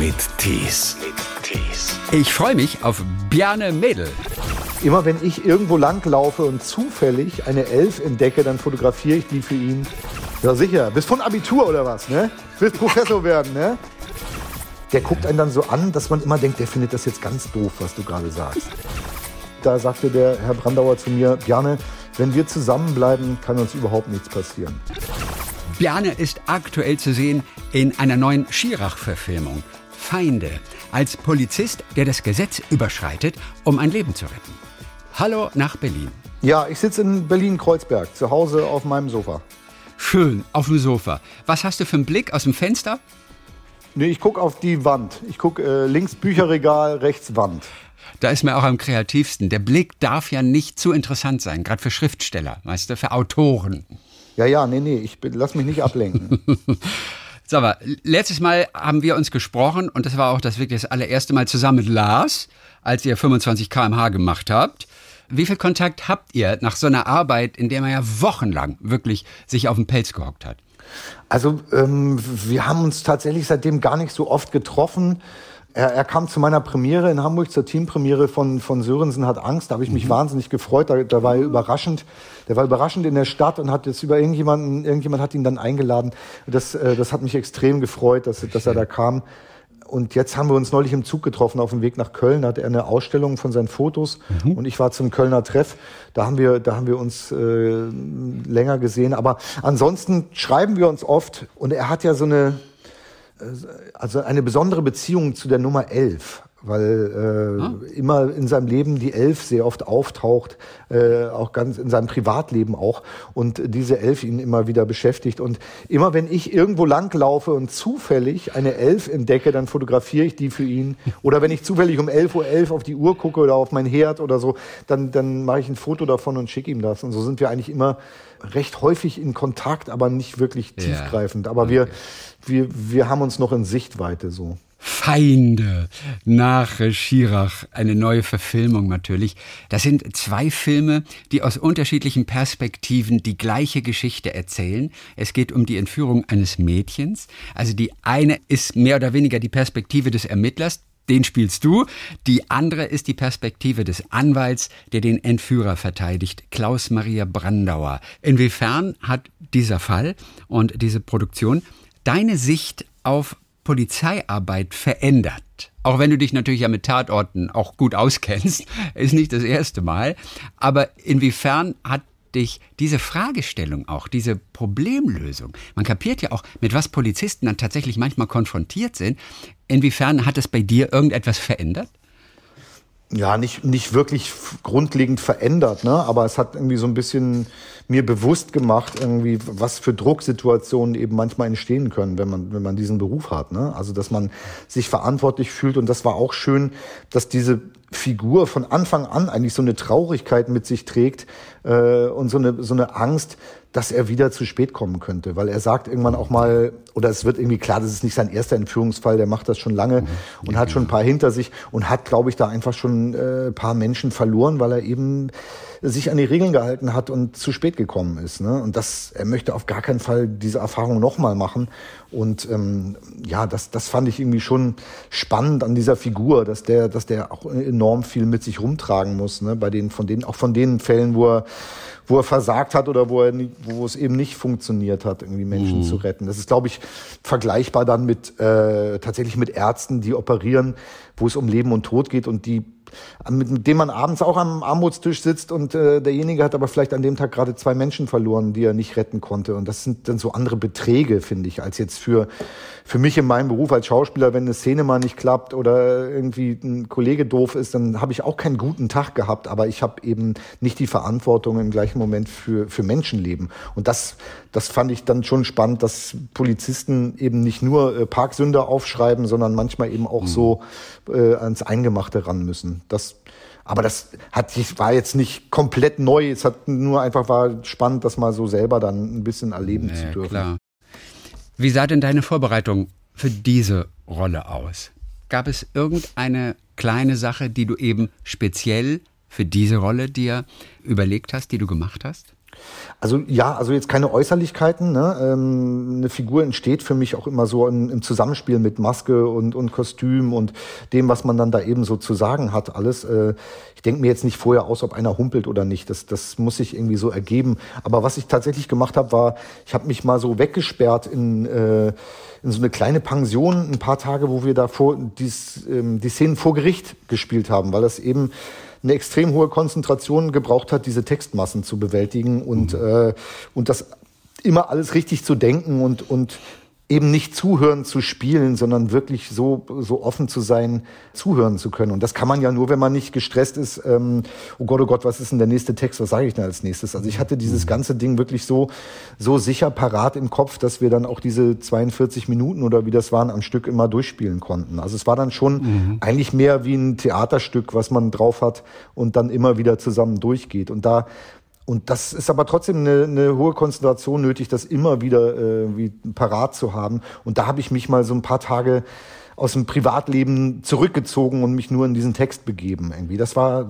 mit Tees. Ich freue mich auf Bjarne Mädel. Immer wenn ich irgendwo langlaufe und zufällig eine Elf entdecke, dann fotografiere ich die für ihn. Ja sicher, bist von Abitur oder was, ne? Willst Professor werden, ne? Der guckt einen dann so an, dass man immer denkt, der findet das jetzt ganz doof, was du gerade sagst. Da sagte der Herr Brandauer zu mir, Bjarne, wenn wir zusammenbleiben, kann uns überhaupt nichts passieren. Bjarne ist aktuell zu sehen in einer neuen Schirach-Verfilmung. Feinde. Als Polizist, der das Gesetz überschreitet, um ein Leben zu retten. Hallo nach Berlin. Ja, ich sitze in Berlin-Kreuzberg, zu Hause auf meinem Sofa. Schön, auf dem Sofa. Was hast du für einen Blick aus dem Fenster? Nee, ich gucke auf die Wand. Ich gucke links Bücherregal, rechts Wand. Da ist mir auch am kreativsten. Der Blick darf ja nicht zu interessant sein, gerade für Schriftsteller, weißt du, für Autoren. Ja, nee, lass mich nicht ablenken. Sag mal, letztes Mal haben wir uns gesprochen und das war auch wirklich das allererste Mal zusammen mit Lars, als ihr 25 km/h gemacht habt. Wie viel Kontakt habt ihr nach so einer Arbeit, in der man ja wochenlang wirklich sich auf den Pelz gehockt hat? Also wir haben uns tatsächlich seitdem gar nicht so oft getroffen. Er kam zu meiner Premiere in Hamburg, zur Teampremiere von Sörensen hat Angst. Da habe ich mich wahnsinnig gefreut. Da war er überraschend. Der war überraschend in der Stadt und hat jetzt irgendjemand hat ihn dann eingeladen. Das hat mich extrem gefreut, dass er da kam. Und jetzt haben wir uns neulich im Zug getroffen auf dem Weg nach Köln. Da hatte er eine Ausstellung von seinen Fotos und ich war zum Kölner Treff. Da haben wir uns länger gesehen. Aber ansonsten schreiben wir uns oft. Und er hat ja eine besondere Beziehung zu der Nummer 11, weil immer in seinem Leben die 11 sehr oft auftaucht, auch ganz in seinem Privatleben auch, und diese 11 ihn immer wieder beschäftigt. Und immer wenn ich irgendwo langlaufe und zufällig eine 11 entdecke, dann fotografiere ich die für ihn. Oder wenn ich zufällig um 11:11 Uhr auf die Uhr gucke oder auf mein Herd oder so, dann mache ich ein Foto davon und schicke ihm das. Und so sind wir eigentlich immer recht häufig in Kontakt, aber nicht wirklich tiefgreifend. Aber wir haben uns noch in Sichtweite so. Feinde nach Schirach, eine neue Verfilmung natürlich. Das sind zwei Filme, die aus unterschiedlichen Perspektiven die gleiche Geschichte erzählen. Es geht um die Entführung eines Mädchens. Also die eine ist mehr oder weniger die Perspektive des Ermittlers, den spielst du. Die andere ist die Perspektive des Anwalts, der den Entführer verteidigt, Klaus-Maria Brandauer. Inwiefern hat dieser Fall und diese Produktion deine Sicht auf Polizeiarbeit verändert? Auch wenn du dich natürlich ja mit Tatorten auch gut auskennst, ist nicht das erste Mal. Aber inwiefern hat dich diese Fragestellung auch, diese Problemlösung, man kapiert ja auch, mit was Polizisten dann tatsächlich manchmal konfrontiert sind, inwiefern hat es bei dir irgendetwas verändert? Ja, nicht wirklich grundlegend verändert, ne? Aber es hat irgendwie so ein bisschen mir bewusst gemacht, irgendwie, was für Drucksituationen eben manchmal entstehen können, wenn man diesen Beruf hat, ne? Also, dass man sich verantwortlich fühlt, und das war auch schön, dass diese Figur von Anfang an eigentlich so eine Traurigkeit mit sich trägt und so eine Angst, dass er wieder zu spät kommen könnte, weil er sagt irgendwann auch mal, oder es wird irgendwie klar, das ist nicht sein erster Entführungsfall, der macht das schon lange und hat schon ein paar hinter sich und hat, glaube ich, da einfach schon ein paar Menschen verloren, weil er eben sich an die Regeln gehalten hat und zu spät gekommen ist, ne? Und er möchte auf gar keinen Fall diese Erfahrung nochmal machen. Und das fand ich irgendwie schon spannend an dieser Figur, dass der auch enorm viel mit sich rumtragen muss, ne? Von den Fällen, wo er versagt hat oder wo es eben nicht funktioniert hat, irgendwie Menschen zu retten. Das ist, glaube ich, vergleichbar dann tatsächlich mit Ärzten, die operieren, wo es um Leben und Tod geht und mit dem man abends auch am Armutstisch sitzt und derjenige hat aber vielleicht an dem Tag gerade 2 Menschen verloren, die er nicht retten konnte. Und das sind dann so andere Beträge, finde ich, als jetzt für mich in meinem Beruf als Schauspieler, wenn eine Szene mal nicht klappt oder irgendwie ein Kollege doof ist, dann habe ich auch keinen guten Tag gehabt, aber ich habe eben nicht die Verantwortung im gleichen Moment für Menschenleben. Und das fand ich dann schon spannend, dass Polizisten eben nicht nur Parksünder aufschreiben, sondern manchmal eben auch so ans Eingemachte ran müssen. Aber das war jetzt nicht komplett neu. Es war spannend, das mal so selber dann ein bisschen erleben zu dürfen. Klar. Wie sah denn deine Vorbereitung für diese Rolle aus? Gab es irgendeine kleine Sache, die du eben speziell für diese Rolle dir überlegt hast, die du gemacht hast? Also ja, also jetzt keine Äußerlichkeiten. Ne? Eine Figur entsteht für mich auch immer so im Zusammenspiel mit Maske und Kostüm und dem, was man dann da eben so zu sagen hat, alles. Ich denke mir jetzt nicht vorher aus, ob einer humpelt oder nicht. Das muss sich irgendwie so ergeben. Aber was ich tatsächlich gemacht habe, war, ich habe mich mal so weggesperrt in so eine kleine Pension, ein paar Tage, wo wir da die Szenen vor Gericht gespielt haben, weil das eben eine extrem hohe Konzentration gebraucht hat, diese Textmassen zu bewältigen und das immer alles richtig zu denken und eben nicht zuhören zu spielen, sondern wirklich so offen zu sein, zuhören zu können. Und das kann man ja nur, wenn man nicht gestresst ist, oh Gott, was ist denn der nächste Text, was sage ich denn als nächstes? Also ich hatte dieses ganze Ding wirklich so sicher parat im Kopf, dass wir dann auch diese 42 Minuten oder wie das waren am Stück immer durchspielen konnten. Also es war dann schon eigentlich mehr wie ein Theaterstück, was man drauf hat und dann immer wieder zusammen durchgeht. Und das ist aber trotzdem eine hohe Konzentration nötig, das immer wieder wie parat zu haben. Und da habe ich mich mal so ein paar Tage aus dem Privatleben zurückgezogen und mich nur in diesen Text begeben. Irgendwie. Das war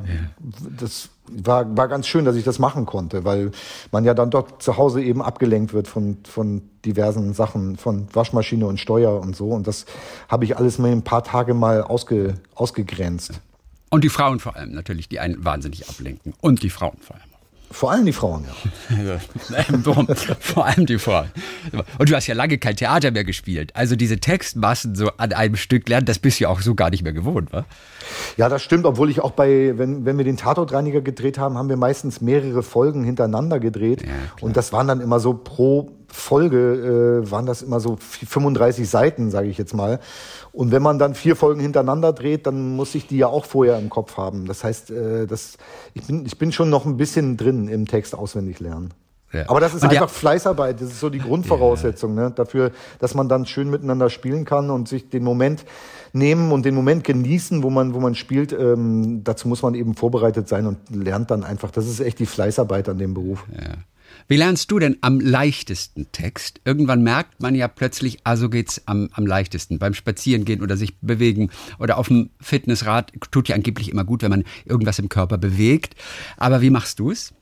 ganz schön, dass ich das machen konnte, weil man ja dann dort zu Hause eben abgelenkt wird von diversen Sachen, von Waschmaschine und Steuer und so. Und das habe ich alles mal ein paar Tage mal ausgegrenzt. Und die Frauen vor allem natürlich, die einen wahnsinnig ablenken. Und die Frauen vor allem. Vor allem die Frauen, ja. Vor allem die Frauen. Und du hast ja lange kein Theater mehr gespielt. Also diese Textmassen so an einem Stück lernen, das bist du ja auch so gar nicht mehr gewohnt, wa? Ja, das stimmt, obwohl ich auch wenn wir den Tatortreiniger gedreht haben, haben wir meistens mehrere Folgen hintereinander gedreht. Ja, und das waren dann immer so pro Folge, waren das immer so 35 Seiten, sage ich jetzt mal. Und wenn man dann 4 Folgen hintereinander dreht, dann muss ich die ja auch vorher im Kopf haben. Das heißt, ich bin schon noch ein bisschen drin im Text auswendig lernen. Ja. Aber das ist einfach Fleißarbeit, das ist so die Grundvoraussetzung, ne? Dafür, dass man dann schön miteinander spielen kann und sich den Moment nehmen und den Moment genießen, wo man spielt. Dazu muss man eben vorbereitet sein und lernt dann einfach. Das ist echt die Fleißarbeit an dem Beruf. Ja. Wie lernst du denn am leichtesten Text? Irgendwann merkt man ja plötzlich, so geht's am leichtesten. Beim Spazierengehen oder sich bewegen oder auf dem Fitnessrad tut ja angeblich immer gut, wenn man irgendwas im Körper bewegt. Aber wie machst du es?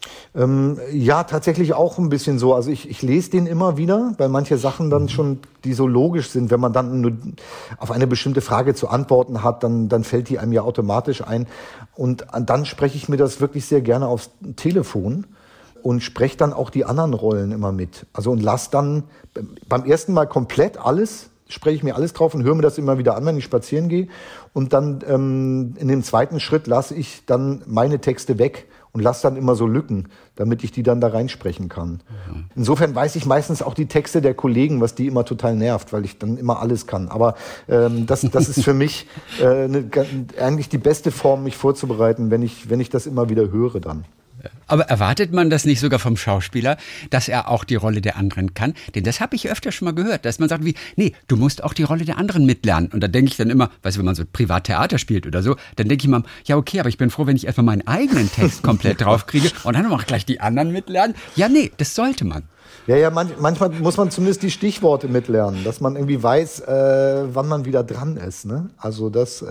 Ja, tatsächlich auch ein bisschen so. Also ich lese den immer wieder, weil manche Sachen dann schon, die so logisch sind, wenn man dann nur auf eine bestimmte Frage zu antworten hat, dann fällt die einem ja automatisch ein. Und dann spreche ich mir das wirklich sehr gerne aufs Telefon und spreche dann auch die anderen Rollen immer mit. Also und lass dann beim ersten Mal komplett alles, spreche ich mir alles drauf und höre mir das immer wieder an, wenn ich spazieren gehe. Und dann in dem zweiten Schritt lasse ich dann meine Texte weg und lasse dann immer so Lücken, damit ich die dann da reinsprechen kann. Mhm. Insofern weiß ich meistens auch die Texte der Kollegen, was die immer total nervt, weil ich dann immer alles kann. Aber das ist für mich eigentlich die beste Form, mich vorzubereiten, wenn ich das immer wieder höre dann. Aber erwartet man das nicht sogar vom Schauspieler, dass er auch die Rolle der anderen kann? Denn das habe ich öfter schon mal gehört, dass man sagt nee, du musst auch die Rolle der anderen mitlernen. Und da denke ich dann immer, weißt du, wenn man so Privattheater spielt oder so, dann denke ich immer, ja okay, aber ich bin froh, wenn ich erstmal meinen eigenen Text komplett draufkriege und dann auch gleich die anderen mitlernen. Ja, nee, das sollte man. Ja, manchmal muss man zumindest die Stichworte mitlernen, dass man irgendwie weiß, wann man wieder dran ist. Ne? Also das...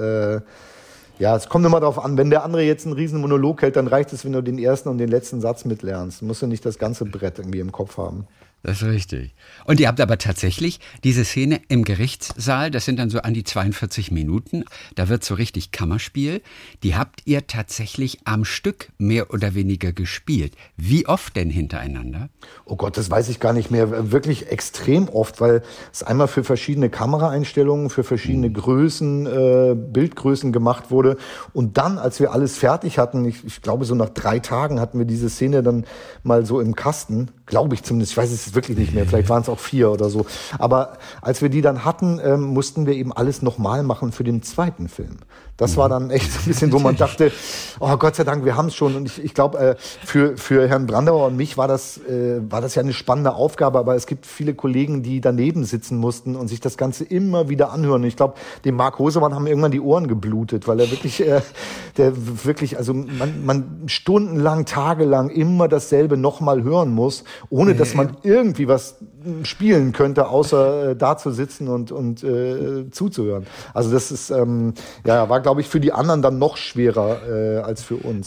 Ja, es kommt immer darauf an, wenn der andere jetzt einen riesen Monolog hält, dann reicht es, wenn du den ersten und den letzten Satz mitlernst. Du musst ja nicht das ganze Brett irgendwie im Kopf haben. Das ist richtig. Und ihr habt aber tatsächlich diese Szene im Gerichtssaal, das sind dann so an die 42 Minuten, da wird so richtig Kammerspiel. Die habt ihr tatsächlich am Stück mehr oder weniger gespielt. Wie oft denn hintereinander? Oh Gott, das weiß ich gar nicht mehr. Wirklich extrem oft, weil es einmal für verschiedene Kameraeinstellungen, für verschiedene Größen, Bildgrößen gemacht wurde. Und dann, als wir alles fertig hatten, ich glaube so nach 3 Tagen hatten wir diese Szene dann mal so im Kasten, glaube ich zumindest, ich weiß es wirklich nicht mehr, vielleicht waren es auch 4 oder so. Aber als wir die dann hatten, mussten wir eben alles nochmal machen für den zweiten Film. Das war dann echt ein bisschen, wo man dachte, oh Gott sei Dank, wir haben es schon. Und ich glaube, für Herrn Brandauer und mich war das ja eine spannende Aufgabe, aber es gibt viele Kollegen, die daneben sitzen mussten und sich das Ganze immer wieder anhören. Und ich glaube, dem Marc Hosemann haben irgendwann die Ohren geblutet, weil er wirklich, also man stundenlang, tagelang immer dasselbe nochmal hören muss, ohne dass man irgendwie was spielen könnte, außer da zu sitzen und zuzuhören. Also das ist, war glaube ich für die anderen dann noch schwerer als für uns.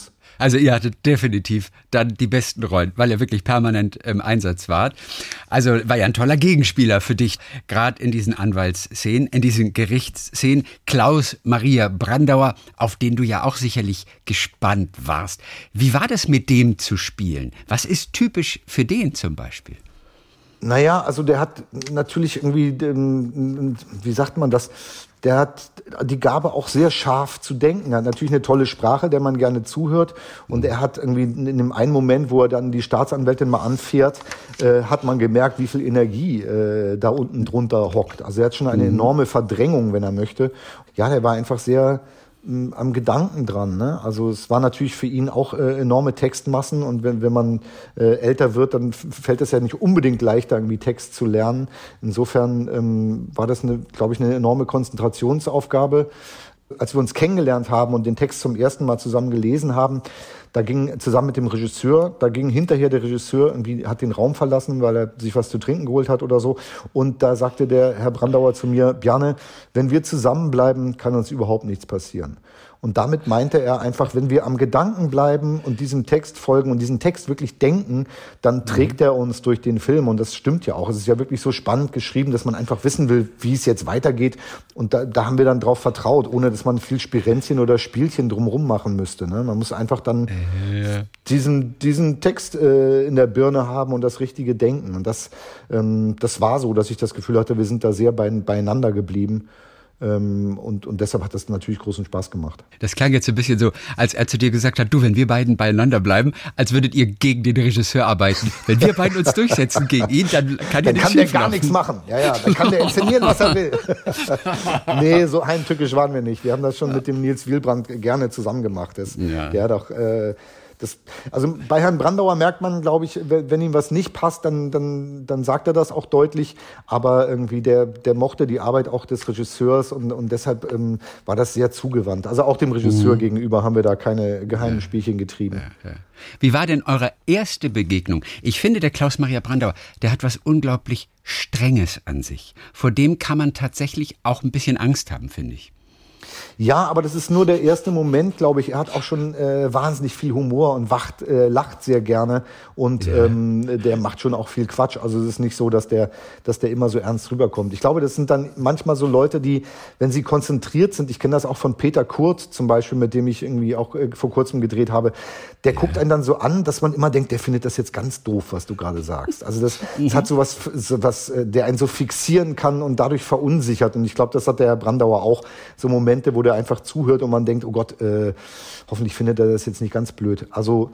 Also ihr hattet definitiv dann die besten Rollen, weil ihr wirklich permanent im Einsatz wart. Also war ja ein toller Gegenspieler für dich, gerade in diesen Anwaltsszenen, in diesen Gerichtsszenen. Klaus Maria Brandauer, auf den du ja auch sicherlich gespannt warst. Wie war das mit dem zu spielen? Was ist typisch für den zum Beispiel? Naja, also der hat natürlich irgendwie, wie sagt man das, der hat die Gabe auch sehr scharf zu denken. Er hat natürlich eine tolle Sprache, der man gerne zuhört. Und er hat irgendwie in dem einen Moment, wo er dann die Staatsanwältin mal anfährt, hat man gemerkt, wie viel Energie da unten drunter hockt. Also er hat schon eine enorme Verdrängung, wenn er möchte. Ja, der war einfach sehr am Gedanken dran, ne? Also es war natürlich für ihn auch enorme Textmassen und wenn man älter wird, dann fällt es ja nicht unbedingt leichter, irgendwie Text zu lernen. Insofern war das, glaube ich, eine enorme Konzentrationsaufgabe. Als wir uns kennengelernt haben und den Text zum ersten Mal zusammen gelesen haben, da ging zusammen mit dem Regisseur, da ging hinterher der Regisseur irgendwie, hat den Raum verlassen, weil er sich was zu trinken geholt hat oder so. Und da sagte der Herr Brandauer zu mir, Bjarne, wenn wir zusammenbleiben, kann uns überhaupt nichts passieren. Und damit meinte er einfach, wenn wir am Gedanken bleiben und diesem Text folgen und diesen Text wirklich denken, dann trägt er uns durch den Film. Und das stimmt ja auch. Es ist ja wirklich so spannend geschrieben, dass man einfach wissen will, wie es jetzt weitergeht. Und da haben wir dann drauf vertraut, ohne dass man viel Spirenzchen oder Spielchen drumherum machen müsste. Ne? Man muss einfach dann diesen Text in der Birne haben und das richtige Denken. Und das war so, dass ich das Gefühl hatte, wir sind da sehr beieinander geblieben. Und deshalb hat das natürlich großen Spaß gemacht. Das klang jetzt ein bisschen so, als er zu dir gesagt hat, du, wenn wir beiden beieinander bleiben, als würdet ihr gegen den Regisseur arbeiten. Wenn wir beiden uns durchsetzen gegen ihn, dann kann der gar nichts machen. Ja, dann kann der inszenieren, was er will. Nee, so heimtückisch waren wir nicht. Wir haben das schon mit dem Nils Wielbrand gerne zusammen gemacht. Der hat auch... Also bei Herrn Brandauer merkt man, glaube ich, wenn ihm was nicht passt, dann sagt er das auch deutlich. Aber irgendwie der mochte die Arbeit auch des Regisseurs und deshalb war das sehr zugewandt. Also auch dem Regisseur gegenüber haben wir da keine geheimen Spielchen getrieben. Ja. Wie war denn eure erste Begegnung? Ich finde, der Klaus Maria Brandauer, der hat was unglaublich Strenges an sich. Vor dem kann man tatsächlich auch ein bisschen Angst haben, finde ich. Ja, aber das ist nur der erste Moment, glaube ich. Er hat auch schon wahnsinnig viel Humor und lacht sehr gerne und der macht schon auch viel Quatsch. Also es ist nicht so, dass der immer so ernst rüberkommt. Ich glaube, das sind dann manchmal so Leute, die, wenn sie konzentriert sind, ich kenne das auch von Peter Kurt zum Beispiel, mit dem ich irgendwie auch vor kurzem gedreht habe, der guckt einen dann so an, dass man immer denkt, der findet das jetzt ganz doof, was du gerade sagst. Also das hat so was, der einen so fixieren kann und dadurch verunsichert. Und ich glaube, das hat der Herr Brandauer auch, so Momente, wo der einfach zuhört und man denkt, oh Gott, hoffentlich findet er das jetzt nicht ganz blöd. Also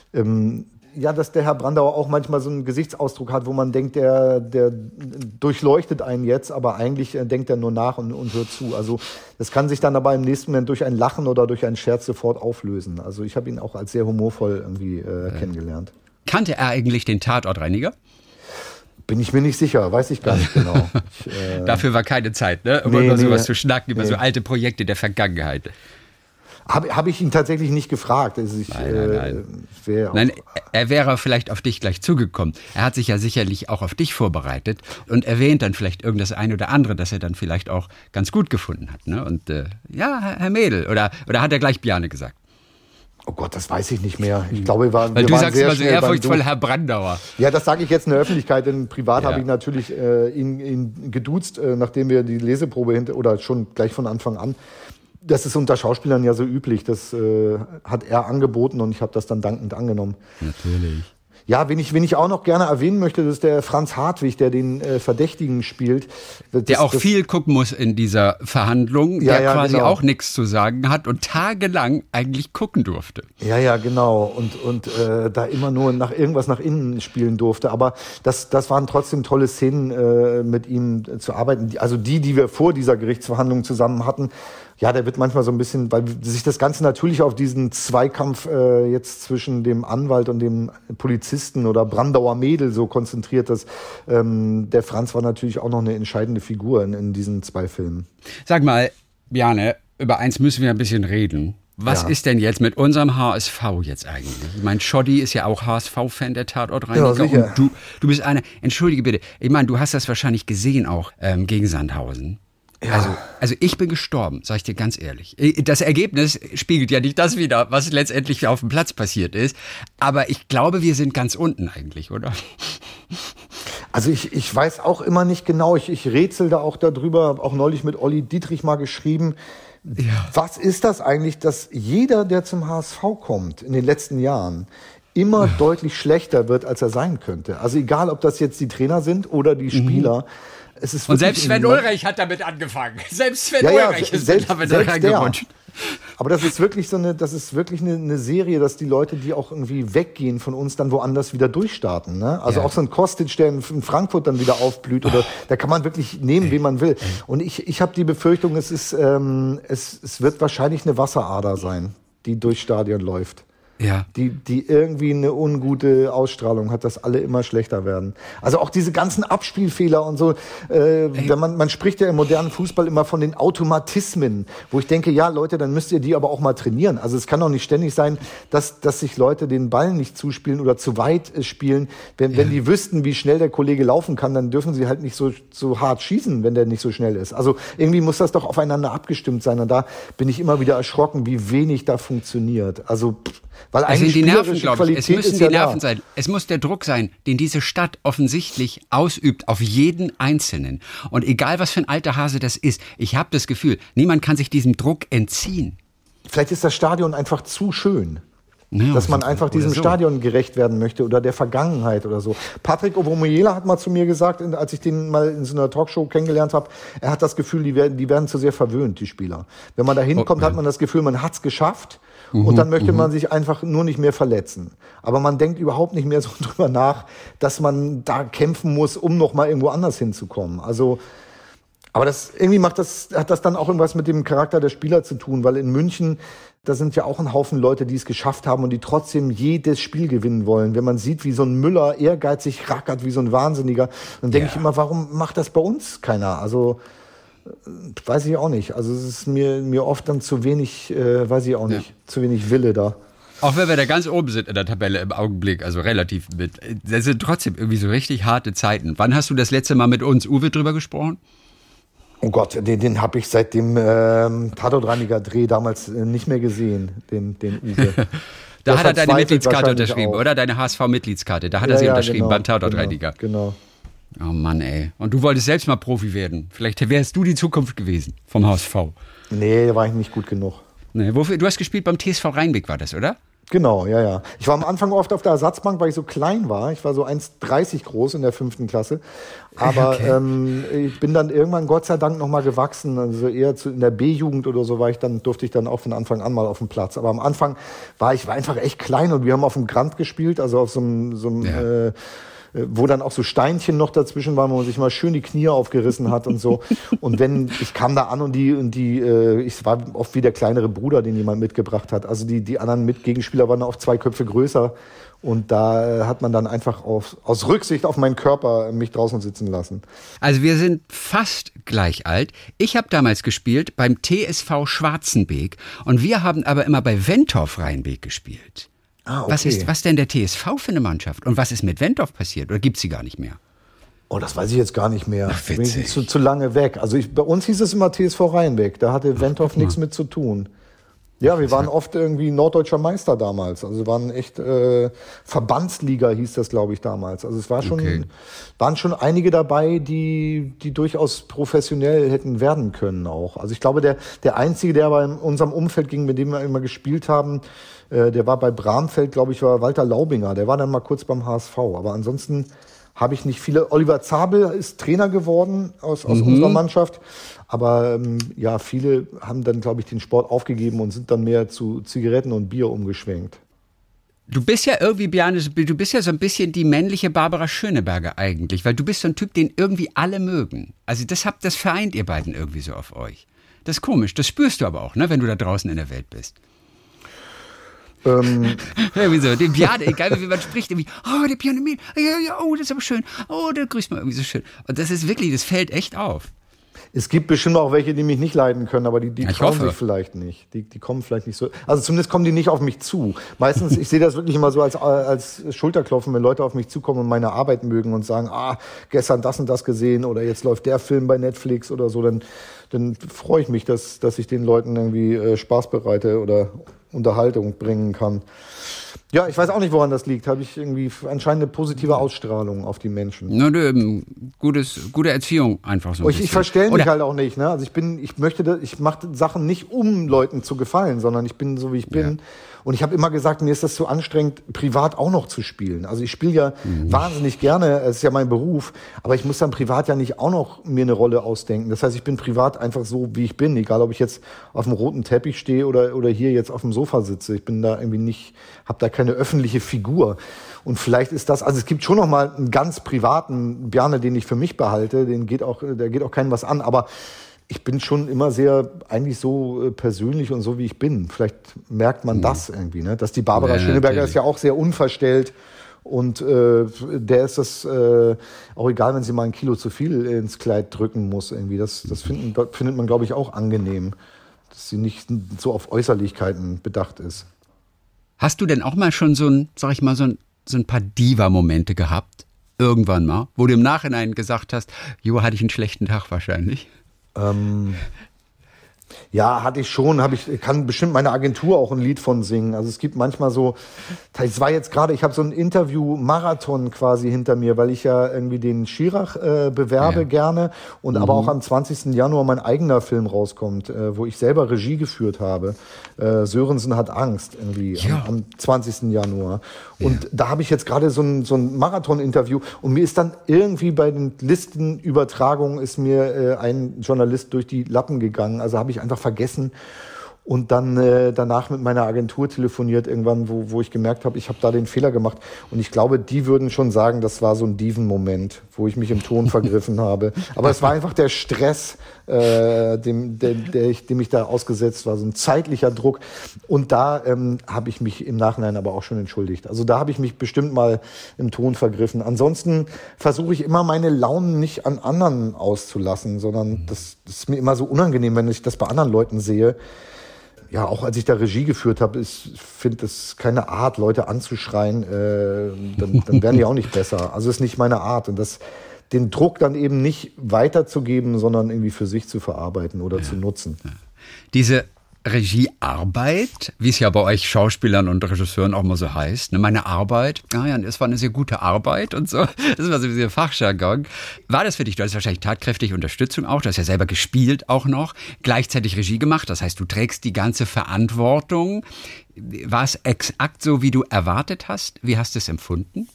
dass der Herr Brandauer auch manchmal so einen Gesichtsausdruck hat, wo man denkt, der durchleuchtet einen jetzt, aber eigentlich denkt er nur nach und hört zu. Also das kann sich dann aber im nächsten Moment durch ein Lachen oder durch einen Scherz sofort auflösen. Also ich habe ihn auch als sehr humorvoll irgendwie kennengelernt. Kannte er eigentlich den Tatortreiniger? Bin ich mir nicht sicher, weiß ich gar nicht genau. Dafür war keine Zeit, ne? Über sowas zu schnacken, über so alte Projekte der Vergangenheit. Hab ich ihn tatsächlich nicht gefragt. Also Nein, er wäre vielleicht auf dich gleich zugekommen. Er hat sich ja sicherlich auch auf dich vorbereitet und erwähnt dann vielleicht irgendwas ein oder andere, das er dann vielleicht auch ganz gut gefunden hat. Ne? Und Herr Mädel, oder hat er gleich Bjarne gesagt? Oh Gott, das weiß ich nicht mehr. Ich glaube, Weil du sagst immer so ehrfurchtsvoll Herr Brandauer. Ja, das sage ich jetzt in der Öffentlichkeit, denn privat habe ich natürlich ihn geduzt, nachdem wir die Leseprobe oder schon gleich von Anfang an. Das ist unter Schauspielern ja so üblich. Das hat er angeboten und ich habe das dann dankend angenommen. Natürlich. Ja, wen ich auch noch gerne erwähnen möchte, das ist der Franz Hartwig, der den Verdächtigen spielt. Der auch viel gucken muss in dieser Verhandlung, der quasi auch nichts zu sagen hat und tagelang eigentlich gucken durfte. Ja, genau. Und da immer nur irgendwas nach innen spielen durfte. Aber das waren trotzdem tolle Szenen, mit ihm zu arbeiten. Also die wir vor dieser Gerichtsverhandlung zusammen hatten. Ja, der wird manchmal so ein bisschen, weil sich das Ganze natürlich auf diesen Zweikampf jetzt zwischen dem Anwalt und dem Polizisten oder Brandauer Mädel so konzentriert, dass der Franz war natürlich auch noch eine entscheidende Figur in diesen zwei Filmen. Sag mal, Bjarne, über eins müssen wir ein bisschen reden. Was ist denn jetzt mit unserem HSV jetzt eigentlich? Ich meine, Schotti ist ja auch HSV-Fan, der Tatortreiniger. Ja, sicher. Und du bist einer, entschuldige bitte, ich meine, du hast das wahrscheinlich gesehen auch gegen Sandhausen. Also ich bin gestorben, sag ich dir ganz ehrlich. Das Ergebnis spiegelt ja nicht das wider, was letztendlich auf dem Platz passiert ist. Aber ich glaube, wir sind ganz unten eigentlich, oder? Also ich weiß auch immer nicht genau, ich rätsel da auch darüber, auch neulich mit Olli Dietrich mal geschrieben. Ja. Was ist das eigentlich, dass jeder, der zum HSV kommt in den letzten Jahren, immer deutlich schlechter wird, als er sein könnte? Also egal, ob das jetzt die Trainer sind oder die Spieler. Es ist und selbst Sven Ulreich hat damit angefangen. Selbst Sven Ulreich ist damit reingerutscht. Aber das ist wirklich eine Serie, dass die Leute, die auch irgendwie weggehen von uns, dann woanders wieder durchstarten. Ne? Also auch so ein Kostic, der in Frankfurt dann wieder aufblüht, oder da kann man wirklich nehmen, wen man will. Und ich habe die Befürchtung, es wird wahrscheinlich eine Wasserader sein, die durchs Stadion läuft. Ja. Die irgendwie eine ungute Ausstrahlung hat, dass alle immer schlechter werden. Also auch diese ganzen Abspielfehler und so. Man spricht ja im modernen Fußball immer von den Automatismen, wo ich denke, ja Leute, dann müsst ihr die aber auch mal trainieren. Also es kann doch nicht ständig sein, dass sich Leute den Ball nicht zuspielen oder zu weit spielen. Wenn die wüssten, wie schnell der Kollege laufen kann, dann dürfen sie halt nicht so hart schießen, wenn der nicht so schnell ist. Also irgendwie muss das doch aufeinander abgestimmt sein. Und da bin ich immer wieder erschrocken, wie wenig da funktioniert. Also weil es sind die Nerven, glaube ich. Es müssen die Nerven sein. Es muss der Druck sein, den diese Stadt offensichtlich ausübt auf jeden Einzelnen. Und egal, was für ein alter Hase das ist, ich habe das Gefühl, niemand kann sich diesem Druck entziehen. Vielleicht ist das Stadion einfach zu schön. Ja, dass man einfach diesem Stadion gerecht werden möchte oder der Vergangenheit oder so. Patrick Ovomoyela hat mal zu mir gesagt, als ich den mal in so einer Talkshow kennengelernt habe, er hat das Gefühl, die werden zu sehr verwöhnt, die Spieler. Wenn man da hinkommt, hat man das Gefühl, man hat's geschafft. Und dann möchte man sich einfach nur nicht mehr verletzen. Aber man denkt überhaupt nicht mehr so drüber nach, dass man da kämpfen muss, um noch mal irgendwo anders hinzukommen. Also, aber hat das dann auch irgendwas mit dem Charakter der Spieler zu tun, weil in München, da sind ja auch ein Haufen Leute, die es geschafft haben und die trotzdem jedes Spiel gewinnen wollen. Wenn man sieht, wie so ein Müller ehrgeizig rackert, wie so ein Wahnsinniger, dann denke ich immer, warum macht das bei uns keiner? Also, weiß ich auch nicht. Also es ist mir oft dann zu wenig, zu wenig Wille da. Auch wenn wir da ganz oben sind in der Tabelle im Augenblick, also relativ mit, das sind trotzdem irgendwie so richtig harte Zeiten. Wann hast du das letzte Mal mit uns, Uwe, drüber gesprochen? Oh Gott, den habe ich seit dem Tatortreiniger-Dreh damals nicht mehr gesehen, den Uwe. Da hat er deine Mitgliedskarte unterschrieben, oder? Deine HSV-Mitgliedskarte, da hat er sie unterschrieben, genau, beim Tatortreiniger. Genau. Oh Mann, ey. Und du wolltest selbst mal Profi werden. Vielleicht wärst du die Zukunft gewesen vom HSV. Nee, da war ich nicht gut genug. Nee, du hast gespielt beim TSV Rheinbeck, war das, oder? Genau, ja. Ich war am Anfang oft auf der Ersatzbank, weil ich so klein war. Ich war so 1,30 groß in der 5. Klasse. Aber ich bin dann irgendwann Gott sei Dank noch mal gewachsen. Also eher in der B-Jugend oder so durfte ich dann auch von Anfang an mal auf dem Platz. Aber am Anfang war ich einfach echt klein und wir haben auf dem Grand gespielt, also auf so einem wo dann auch so Steinchen noch dazwischen waren, wo man sich mal schön die Knie aufgerissen hat und so. Und ich kam da an und ich war oft wie der kleinere Bruder, den jemand mitgebracht hat. Also die anderen Gegenspieler waren auch 2 Köpfe größer. Und da hat man dann einfach aus Rücksicht auf meinen Körper mich draußen sitzen lassen. Also wir sind fast gleich alt. Ich habe damals gespielt beim TSV Schwarzenbeek und wir haben aber immer bei Wentorf Rheinbeek gespielt. Ah, okay. Was denn der TSV für eine Mannschaft? Und was ist mit Wentorf passiert? Oder gibt's sie gar nicht mehr? Oh, das weiß ich jetzt gar nicht mehr. Ach, bin ich zu lange weg. Also bei uns hieß es immer TSV Rheinbeck. Da hatte Wentorf nichts mit zu tun. Ja, wir waren oft irgendwie norddeutscher Meister damals. Also waren echt Verbandsliga hieß das, glaube ich, damals. Also es waren schon einige dabei, die durchaus professionell hätten werden können auch. Also ich glaube, der Einzige, der aber in unserem Umfeld ging, mit dem wir immer gespielt haben, der war bei Bramfeld, glaube ich, war Walter Laubinger. Der war dann mal kurz beim HSV. Aber ansonsten habe ich nicht viele. Oliver Zabel ist Trainer geworden aus unserer Mannschaft. Aber viele haben dann, glaube ich, den Sport aufgegeben und sind dann mehr zu Zigaretten und Bier umgeschwenkt. Du bist ja irgendwie, Bjarne, du bist ja so ein bisschen die männliche Barbara Schöneberger eigentlich, weil du bist so ein Typ, den irgendwie alle mögen. Also das vereint ihr beiden irgendwie so auf euch. Das ist komisch, das spürst du aber auch, ne, wenn du da draußen in der Welt bist. Irgendwie so, den Bjarne, egal wie man spricht, irgendwie, oh, der Bjarne Mädel, ja, oh, das ist aber schön, oh, der grüßt mal irgendwie so schön. Und das ist wirklich, das fällt echt auf. Es gibt bestimmt auch welche, die mich nicht leiden können, aber die trauen sich vielleicht nicht. Die kommen vielleicht nicht so. Also zumindest kommen die nicht auf mich zu. Meistens, ich sehe das wirklich immer so als Schulterklopfen, wenn Leute auf mich zukommen und meine Arbeit mögen und sagen, gestern das und das gesehen oder jetzt läuft der Film bei Netflix oder so, dann freue ich mich, dass ich den Leuten irgendwie Spaß bereite oder Unterhaltung bringen kann. Ja, ich weiß auch nicht, woran das liegt. Habe ich irgendwie anscheinend eine positive Ausstrahlung auf die Menschen. Na, gute Erziehung einfach so. Ich verstelle mich halt auch nicht. Ne? Also ich mache Sachen nicht, um Leuten zu gefallen, sondern ich bin so, wie ich bin. Ja. Und ich habe immer gesagt, mir ist das zu anstrengend, privat auch noch zu spielen. Also ich spiele ja wahnsinnig gerne, es ist ja mein Beruf, aber ich muss dann privat ja nicht auch noch mir eine Rolle ausdenken. Das heißt, ich bin privat einfach so, wie ich bin, egal ob ich jetzt auf dem roten Teppich stehe oder hier jetzt auf dem Sofa sitze. Ich bin da irgendwie nicht, habe da keine öffentliche Figur. Und vielleicht ist das, also es gibt schon noch mal einen ganz privaten Bjarne, den ich für mich behalte, der geht auch keinem was an, aber ich bin schon immer sehr eigentlich so persönlich und so, wie ich bin. Vielleicht merkt man das irgendwie, ne? Dass die Barbara Schöneberger ist ja auch sehr unverstellt und der ist das auch egal, wenn sie mal 1 Kilo zu viel ins Kleid drücken muss irgendwie. Das findet man, glaube ich, auch angenehm, dass sie nicht so auf Äußerlichkeiten bedacht ist. Hast du denn auch mal schon so ein paar Diva-Momente gehabt? Irgendwann mal? Wo du im Nachhinein gesagt hast, hatte ich einen schlechten Tag wahrscheinlich? Ja, hatte ich schon, kann bestimmt meine Agentur auch ein Lied von singen. Also es gibt manchmal so, ich habe so ein Interview-Marathon quasi hinter mir, weil ich ja irgendwie den Schirach bewerbe gerne und aber auch am 20. Januar mein eigener Film rauskommt, wo ich selber Regie geführt habe. Sörensen hat Angst irgendwie am 20. Januar. Und da habe ich jetzt gerade so ein Marathon-Interview und mir ist dann irgendwie bei den Listenübertragungen ist mir ein Journalist durch die Lappen gegangen. Also habe ich einfach vergessen und dann danach mit meiner Agentur telefoniert irgendwann, wo ich gemerkt habe, ich habe da den Fehler gemacht. Und ich glaube, die würden schon sagen, das war so ein Diven-Moment, wo ich mich im Ton vergriffen habe. Aber es war einfach der Stress, dem ich da ausgesetzt war, so ein zeitlicher Druck. Und da habe ich mich im Nachhinein aber auch schon entschuldigt. Also da habe ich mich bestimmt mal im Ton vergriffen. Ansonsten versuche ich immer, meine Launen nicht an anderen auszulassen, sondern das ist mir immer so unangenehm, wenn ich das bei anderen Leuten sehe. Ja, auch als ich da Regie geführt habe, ich finde das keine Art, Leute anzuschreien, dann werden die auch nicht besser. Also ist nicht meine Art. Und den Druck dann eben nicht weiterzugeben, sondern irgendwie für sich zu verarbeiten oder zu nutzen. Diese Regiearbeit, wie es ja bei euch Schauspielern und Regisseuren auch mal so heißt, ne, meine Arbeit, es war eine sehr gute Arbeit und so, das war so ein bisschen Fachjargon. War das für dich, du hast wahrscheinlich tatkräftige Unterstützung auch, du hast ja selber gespielt auch noch, gleichzeitig Regie gemacht, das heißt, du trägst die ganze Verantwortung. War es exakt so, wie du erwartet hast? Wie hast du es empfunden?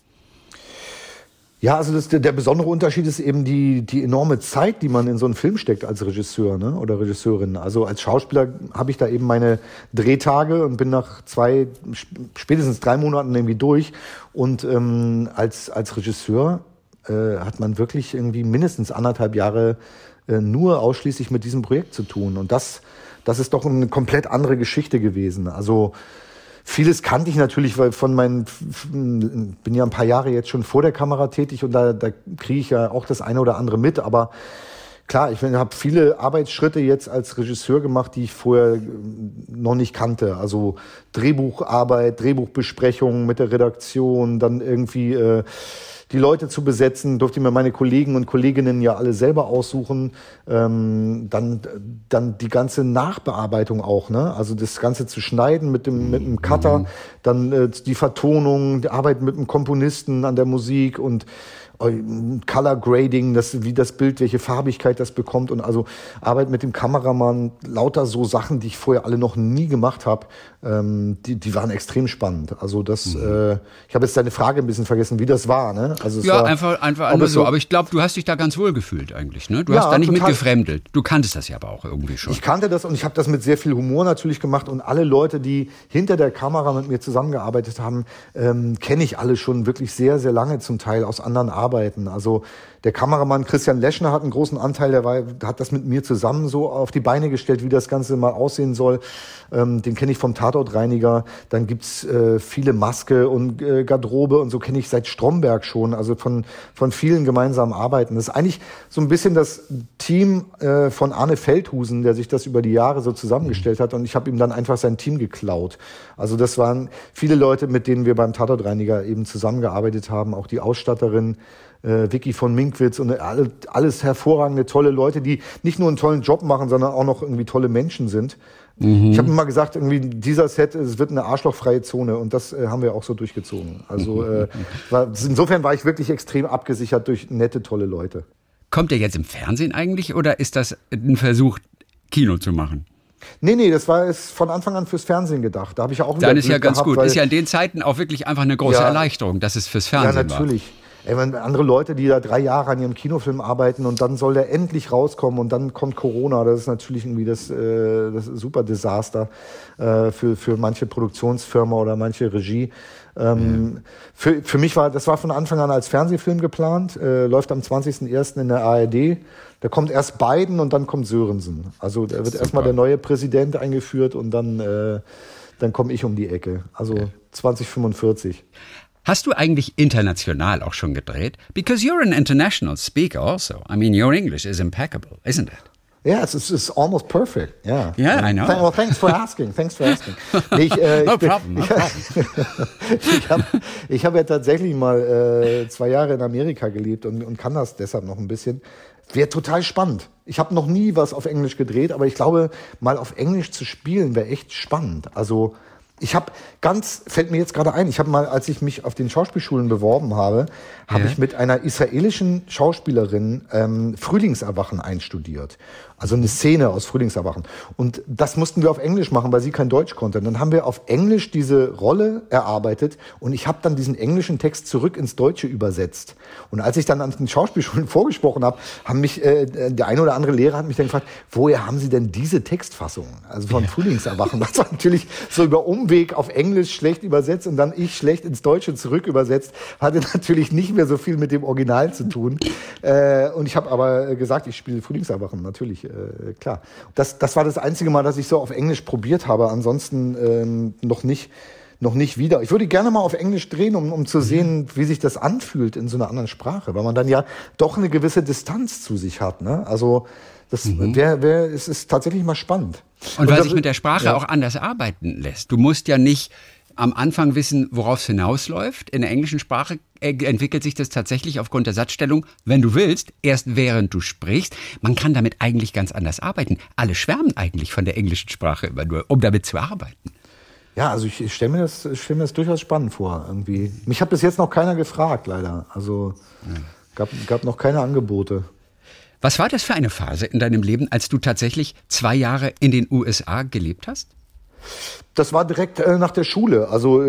Ja, also der besondere Unterschied ist eben die enorme Zeit, die man in so einen Film steckt als Regisseur, ne, oder Regisseurin. Also als Schauspieler habe ich da eben meine Drehtage und bin nach spätestens 3 Monaten irgendwie durch. Und als Regisseur hat man wirklich irgendwie mindestens 1,5 Jahre nur ausschließlich mit diesem Projekt zu tun. Und das ist doch eine komplett andere Geschichte gewesen. Also vieles kannte ich natürlich, weil bin ja ein paar Jahre jetzt schon vor der Kamera tätig und da kriege ich ja auch das eine oder andere mit, aber klar, ich habe viele Arbeitsschritte jetzt als Regisseur gemacht, die ich vorher noch nicht kannte. Also Drehbucharbeit, Drehbuchbesprechungen mit der Redaktion, dann irgendwie die Leute zu besetzen, durfte ich mir meine Kollegen und Kolleginnen ja alle selber aussuchen. Dann die ganze Nachbearbeitung auch, ne? Also das Ganze zu schneiden mit dem Cutter, dann die Vertonung, die Arbeit mit dem Komponisten an der Musik und Color Grading, wie das Bild, welche Farbigkeit das bekommt und also Arbeit mit dem Kameramann, lauter so Sachen, die ich vorher alle noch nie gemacht habe, die waren extrem spannend. Also ich habe jetzt deine Frage ein bisschen vergessen, wie das war, ne? Also es war, einfach so. Aber ich glaube, du hast dich da ganz wohl gefühlt eigentlich, ne? Du hast da nicht mit gefremdelt. Du kanntest das ja aber auch irgendwie schon. Ich kannte das und ich habe das mit sehr viel Humor natürlich gemacht und alle Leute, die hinter der Kamera mit mir zusammengearbeitet haben, kenne ich alle schon wirklich sehr, sehr lange zum Teil aus anderen Arbeiten. Also Der Kameramann Christian Leschner hat einen großen Anteil, der hat das mit mir zusammen so auf die Beine gestellt, wie das Ganze mal aussehen soll. Den kenne ich vom Tatortreiniger. Dann gibt's viele Maske und Garderobe und so kenne ich seit Stromberg schon, also von vielen gemeinsamen Arbeiten. Das ist eigentlich so ein bisschen das Team von Arne Feldhusen, der sich das über die Jahre so zusammengestellt hat, und ich habe ihm dann einfach sein Team geklaut. Also das waren viele Leute, mit denen wir beim Tatortreiniger eben zusammengearbeitet haben, auch die Ausstatterin Vicky von Minkwitz und alles hervorragende, tolle Leute, die nicht nur einen tollen Job machen, sondern auch noch irgendwie tolle Menschen sind. Ich habe immer gesagt, irgendwie dieser Set, es wird eine arschlochfreie Zone, und das haben wir auch so durchgezogen. Also insofern war ich wirklich extrem abgesichert durch nette, tolle Leute. Kommt der jetzt im Fernsehen eigentlich, oder ist das ein Versuch, Kino zu machen? Nee, das ist von Anfang an fürs Fernsehen gedacht. Da habe ich ja auch wieder Dann ist Glück ja ganz gehabt, gut. Ist ja in den Zeiten auch wirklich einfach eine große Erleichterung, dass es fürs Fernsehen war. Ja, natürlich. Ey, andere Leute, die da 3 Jahre an ihrem Kinofilm arbeiten und dann soll der endlich rauskommen und dann kommt Corona. Das ist natürlich irgendwie das super Desaster für manche Produktionsfirma oder manche Regie. Für mich das war von Anfang an als Fernsehfilm geplant, läuft am 20.01. in der ARD. Da kommt erst Biden und dann kommt Sörensen. Also da wird erstmal der neue Präsident eingeführt und dann komme ich um die Ecke. Also 2045. Hast du eigentlich international auch schon gedreht? Because you're an international speaker also. I mean, your English is impeccable, isn't it? Yeah, it's almost perfect. Yeah. Yeah, I know. Well, thanks for asking. Nee, no problem. Ich habe ja tatsächlich mal 2 Jahre in Amerika gelebt und kann das deshalb noch ein bisschen. Wäre total spannend. Ich habe noch nie was auf Englisch gedreht, aber ich glaube, mal auf Englisch zu spielen wäre echt spannend. Also fällt mir jetzt gerade ein, ich habe mal, als ich mich auf den Schauspielschulen beworben habe, habe ich mit einer israelischen Schauspielerin Frühlingserwachen einstudiert. Also eine Szene aus Frühlingserwachen. Und das mussten wir auf Englisch machen, weil sie kein Deutsch konnte. Und dann haben wir auf Englisch diese Rolle erarbeitet und ich habe dann diesen englischen Text zurück ins Deutsche übersetzt. Und als ich dann an den Schauspielschulen vorgesprochen habe, haben mich der eine oder andere Lehrer hat mich dann gefragt, woher haben Sie denn diese Textfassung? Also von Frühlingserwachen. Das war natürlich so über Umweg auf Englisch schlecht übersetzt und dann ich schlecht ins Deutsche zurück übersetzt. Hatte natürlich nicht mehr so viel mit dem Original zu tun. Und ich habe aber gesagt, ich spiele Frühlingserwachen, natürlich. Klar. Das war das einzige Mal, dass ich so auf Englisch probiert habe. Ansonsten noch nicht wieder. Ich würde gerne mal auf Englisch drehen, um zu sehen, wie sich das anfühlt in so einer anderen Sprache, weil man dann ja doch eine gewisse Distanz zu sich hat. Ne? Also es ist tatsächlich mal spannend. Und weil sich mit der Sprache auch anders arbeiten lässt. Du musst ja nicht am Anfang wissen, worauf es hinausläuft. In der englischen Sprache entwickelt sich das tatsächlich aufgrund der Satzstellung, wenn du willst, erst während du sprichst. Man kann damit eigentlich ganz anders arbeiten. Alle schwärmen eigentlich von der englischen Sprache immer nur, um damit zu arbeiten. Ja, also ich stelle mir das durchaus spannend vor. Irgendwie. Mich hat bis jetzt noch keiner gefragt, leider. Also gab noch keine Angebote. Was war das für eine Phase in deinem Leben, als du tatsächlich 2 Jahre in den USA gelebt hast? Das war direkt nach der Schule. Also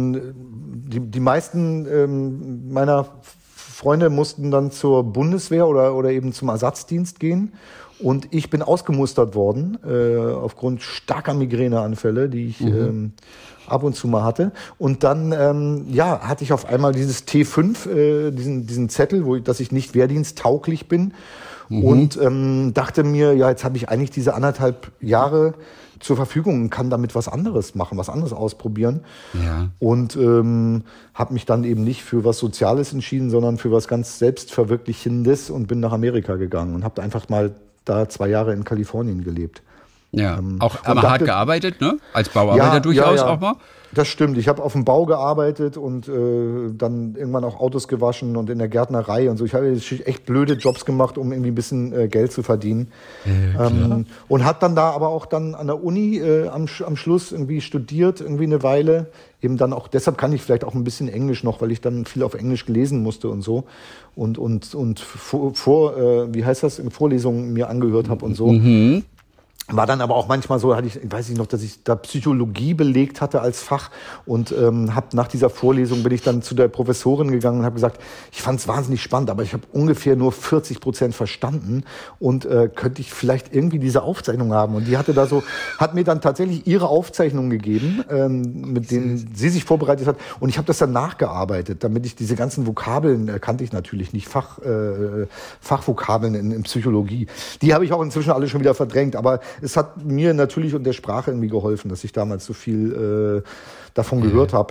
die meisten meiner Freunde mussten dann zur Bundeswehr oder eben zum Ersatzdienst gehen. Und ich bin ausgemustert worden aufgrund starker Migräneanfälle, die ich ab und zu mal hatte. Und dann hatte ich auf einmal dieses T5, diesen Zettel, dass ich nicht wehrdiensttauglich bin. Und dachte mir, ja, jetzt habe ich eigentlich diese 1,5 Jahre zur Verfügung und kann damit was anderes machen, was anderes ausprobieren. Ja. Und habe mich dann eben nicht für was Soziales entschieden, sondern für was ganz Selbstverwirklichendes und bin nach Amerika gegangen und habe einfach mal da 2 Jahre in Kalifornien gelebt. Ja, auch hart gearbeitet, ne? Als Bauarbeiter durchaus auch mal? Das stimmt. Ich habe auf dem Bau gearbeitet und dann irgendwann auch Autos gewaschen und in der Gärtnerei und so. Ich habe echt blöde Jobs gemacht, um irgendwie ein bisschen Geld zu verdienen. Und habe dann da aber auch dann an der Uni am Schluss irgendwie studiert, irgendwie eine Weile. Eben dann auch, deshalb kann ich vielleicht auch ein bisschen Englisch noch, weil ich dann viel auf Englisch lesen musste und so. Und wie heißt das, in Vorlesungen mir angehört habe und so. War dann aber auch manchmal so, weiß ich noch, dass ich da Psychologie belegt hatte als Fach und nach dieser Vorlesung bin ich dann zu der Professorin gegangen und habe gesagt, ich fand es wahnsinnig spannend, aber ich habe ungefähr nur 40% verstanden und könnte ich vielleicht irgendwie diese Aufzeichnung haben? Und die hat mir dann tatsächlich ihre Aufzeichnung gegeben, mit denen sie sich vorbereitet hat und ich habe das dann nachgearbeitet, damit ich diese ganzen Vokabeln, kannte ich natürlich nicht, Fachvokabeln in Psychologie, die habe ich auch inzwischen alle schon wieder verdrängt, aber es hat mir natürlich und der Sprache irgendwie geholfen, dass ich damals so viel davon gehört habe.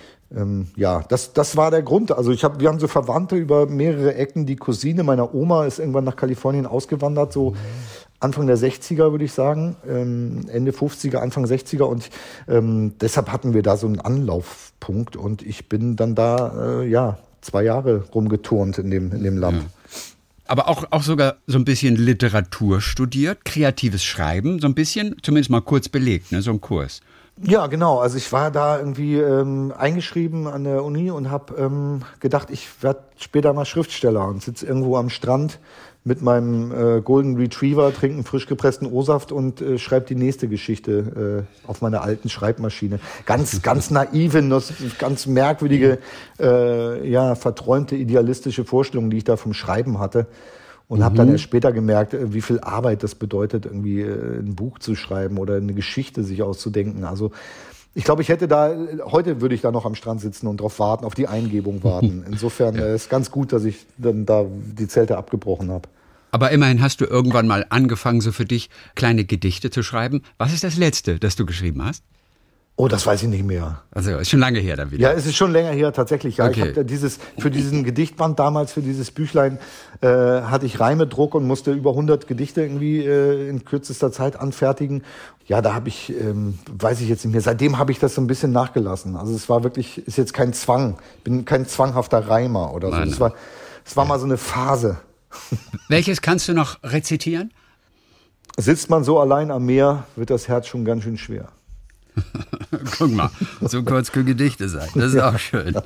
Das war der Grund. Also wir haben so Verwandte über mehrere Ecken. Die Cousine meiner Oma ist irgendwann nach Kalifornien ausgewandert, so Anfang der 60er, würde ich sagen. Ende 50er, Anfang 60er. Und deshalb hatten wir da so einen Anlaufpunkt. Und ich bin dann da, 2 Jahre rumgeturnt in dem Land. Ja. Aber auch sogar so ein bisschen Literatur studiert, kreatives Schreiben, so ein bisschen, zumindest mal kurz belegt, ne, so ein Kurs. Ja, genau. Also ich war da irgendwie eingeschrieben an der Uni und habe gedacht, ich werde später mal Schriftsteller und sitze irgendwo am Strand mit meinem Golden Retriever, trinke einen frisch gepressten O-Saft und schreibe die nächste Geschichte auf meiner alten Schreibmaschine. Ganz naive, ganz merkwürdige, verträumte, idealistische Vorstellungen, die ich da vom Schreiben hatte. Und habe dann erst später gemerkt, wie viel Arbeit das bedeutet, irgendwie ein Buch zu schreiben oder eine Geschichte sich auszudenken. Also ich glaube, heute würde ich da noch am Strand sitzen und drauf warten, auf die Eingebung warten. Insofern ist ganz gut, dass ich dann da die Zelte abgebrochen habe. Aber immerhin hast du irgendwann mal angefangen, so für dich kleine Gedichte zu schreiben. Was ist das Letzte, das du geschrieben hast? Oh, das weiß ich nicht mehr. Also ist schon lange her dann wieder. Ja, es ist schon länger her, tatsächlich. Ja, okay. Ich habe für diesen Gedichtband damals, für dieses Büchlein, hatte ich Reimedruck und musste über 100 Gedichte irgendwie in kürzester Zeit anfertigen. Ja, da habe ich, weiß ich jetzt nicht mehr. Seitdem habe ich das so ein bisschen nachgelassen. Also es war wirklich, ist jetzt kein Zwang. Ich bin kein zwanghafter Reimer oder so. Es war mal so eine Phase. Welches kannst du noch rezitieren? Sitzt man so allein am Meer, wird das Herz schon ganz schön schwer. Guck mal, so kurz können Gedichte sein. Das ist auch schön.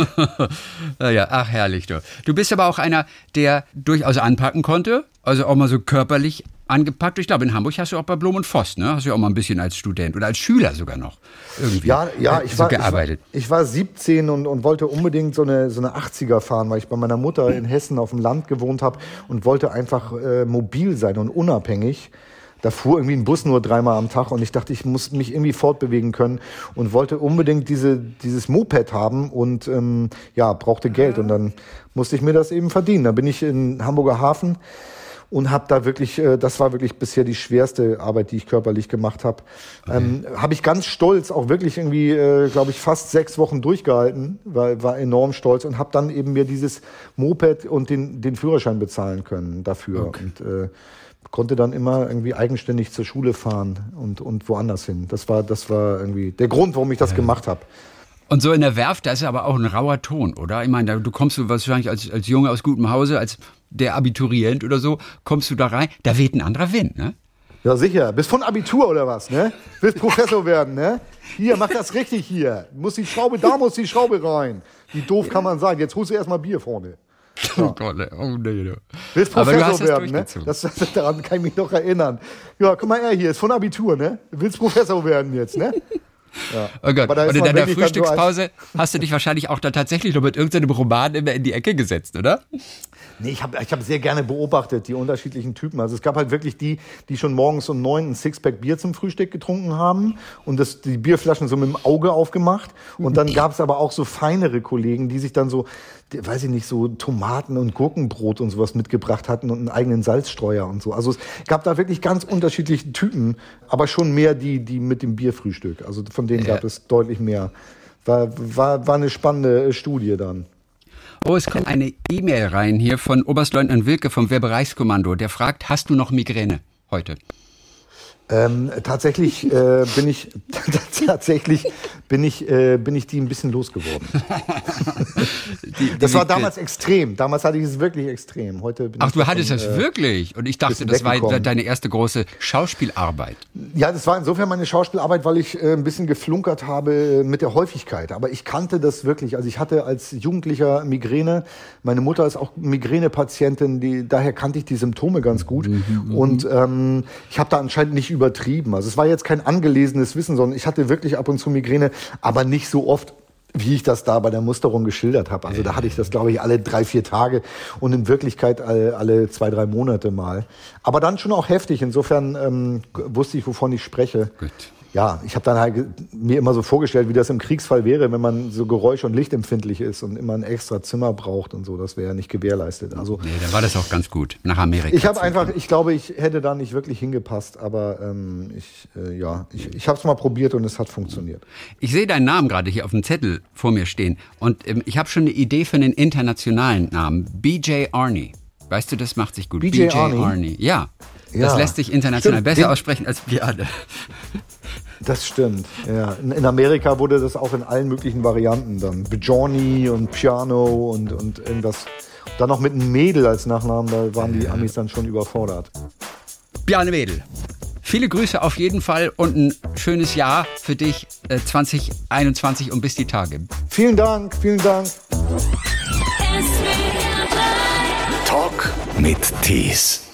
Ja, ach herrlich. Du bist aber auch einer, der durchaus anpacken konnte, also auch mal so körperlich angepackt. Ich glaube, in Hamburg hast du auch bei Blom und Voss, ne? Hast du ja auch mal ein bisschen als Student oder als Schüler sogar noch irgendwie gearbeitet. Ich war 17 und wollte unbedingt so eine 80er fahren, weil ich bei meiner Mutter in Hessen auf dem Land gewohnt habe und wollte einfach mobil sein und unabhängig. Da fuhr irgendwie ein Bus nur 3-mal am Tag und ich dachte, ich muss mich irgendwie fortbewegen können und wollte unbedingt dieses Moped haben und brauchte Geld und dann musste ich mir das eben verdienen. Da bin ich in Hamburger Hafen und habe da wirklich, das war wirklich bisher die schwerste Arbeit, die ich körperlich gemacht habe. Okay. Habe ich ganz stolz auch wirklich irgendwie, glaube ich, fast 6 Wochen durchgehalten, war enorm stolz und habe dann eben mir dieses Moped und den Führerschein bezahlen können dafür. Okay. Und konnte dann immer irgendwie eigenständig zur Schule fahren und woanders hin. Das war irgendwie der Grund, warum ich das gemacht habe. Und so in der Werft, da ist aber auch ein rauer Ton, oder? Ich meine, du kommst wahrscheinlich als Junge aus gutem Hause, als der Abiturient oder so, kommst du da rein, da weht ein anderer Wind, ne? Ja, sicher. Bist von Abitur oder was, ne? Willst Professor werden, ne? Hier, mach das richtig hier. Muss die Schraube rein. Wie doof kann man sein? Jetzt holst du erstmal Bier vorne. Ja. Oh Gott, nee. Willst Professor werden, ne? Daran kann ich mich noch erinnern. Ja, guck mal, hier ist von Abitur, ne? Willst Professor werden jetzt, ne? Ja. Oh Gott. Und in deiner Frühstückspause hast du dich wahrscheinlich auch da tatsächlich noch mit irgendeinem Roman immer in die Ecke gesetzt, oder? Nee, ich hab sehr gerne beobachtet, die unterschiedlichen Typen. Also es gab halt wirklich die schon morgens um 9 ein Sixpack Bier zum Frühstück getrunken haben und die Bierflaschen so mit dem Auge aufgemacht. Und dann gab es aber auch so feinere Kollegen, die sich dann so, weiß ich nicht, so Tomaten und Gurkenbrot und sowas mitgebracht hatten und einen eigenen Salzstreuer und so. Also es gab da wirklich ganz unterschiedliche Typen, aber schon mehr die mit dem Bierfrühstück. Also von denen gab es deutlich mehr. War eine spannende Studie dann. Oh, es kommt eine E-Mail rein hier von Oberstleutnant Wilke vom Wehrbereichskommando. Der fragt, hast du noch Migräne heute? Tatsächlich bin ich tatsächlich bin ich die ein bisschen losgeworden. Das war damals extrem. Damals hatte ich es wirklich extrem. Heute bin Ach, du hattest das wirklich? Und ich dachte, das war deine erste große Schauspielarbeit. Ja, das war insofern meine Schauspielarbeit, weil ich ein bisschen geflunkert habe mit der Häufigkeit. Aber ich kannte das wirklich. Also ich hatte als Jugendlicher Migräne. Meine Mutter ist auch Migränepatientin. Daher kannte ich die Symptome ganz gut. Und ich habe da anscheinend nicht übertrieben. Also es war jetzt kein angelesenes Wissen, sondern ich hatte wirklich ab und zu Migräne, aber nicht so oft, wie ich das da bei der Musterung geschildert habe. Also da hatte ich das, glaube ich, alle 3-4 Tage und in Wirklichkeit alle 2-3 Monate mal. Aber dann schon auch heftig. Insofern wusste ich, wovon ich spreche. Gut. Ja, ich habe dann halt mir immer so vorgestellt, wie das im Kriegsfall wäre, wenn man so geräusch- und lichtempfindlich ist und immer ein extra Zimmer braucht und so. Das wäre ja nicht gewährleistet. Also nee, dann war das auch ganz gut, nach Amerika. Ich glaube, ich hätte da nicht wirklich hingepasst, aber ich habe es mal probiert und es hat funktioniert. Ich sehe deinen Namen gerade hier auf dem Zettel vor mir stehen und ich habe schon eine Idee für einen internationalen Namen. BJ Arney. Weißt du, das macht sich gut. BJ Arney? Ja. Das lässt sich international besser aussprechen als Bjarne. Das stimmt, ja. In Amerika wurde das auch in allen möglichen Varianten dann. Bjorny und Piano und irgendwas. Dann noch mit einem Mädel als Nachnamen, da waren die Amis dann schon überfordert. Bjarne Mädel. Viele Grüße auf jeden Fall und ein schönes Jahr für dich 2021 und bis die Tage. Vielen Dank, vielen Dank. Talk mit Tees.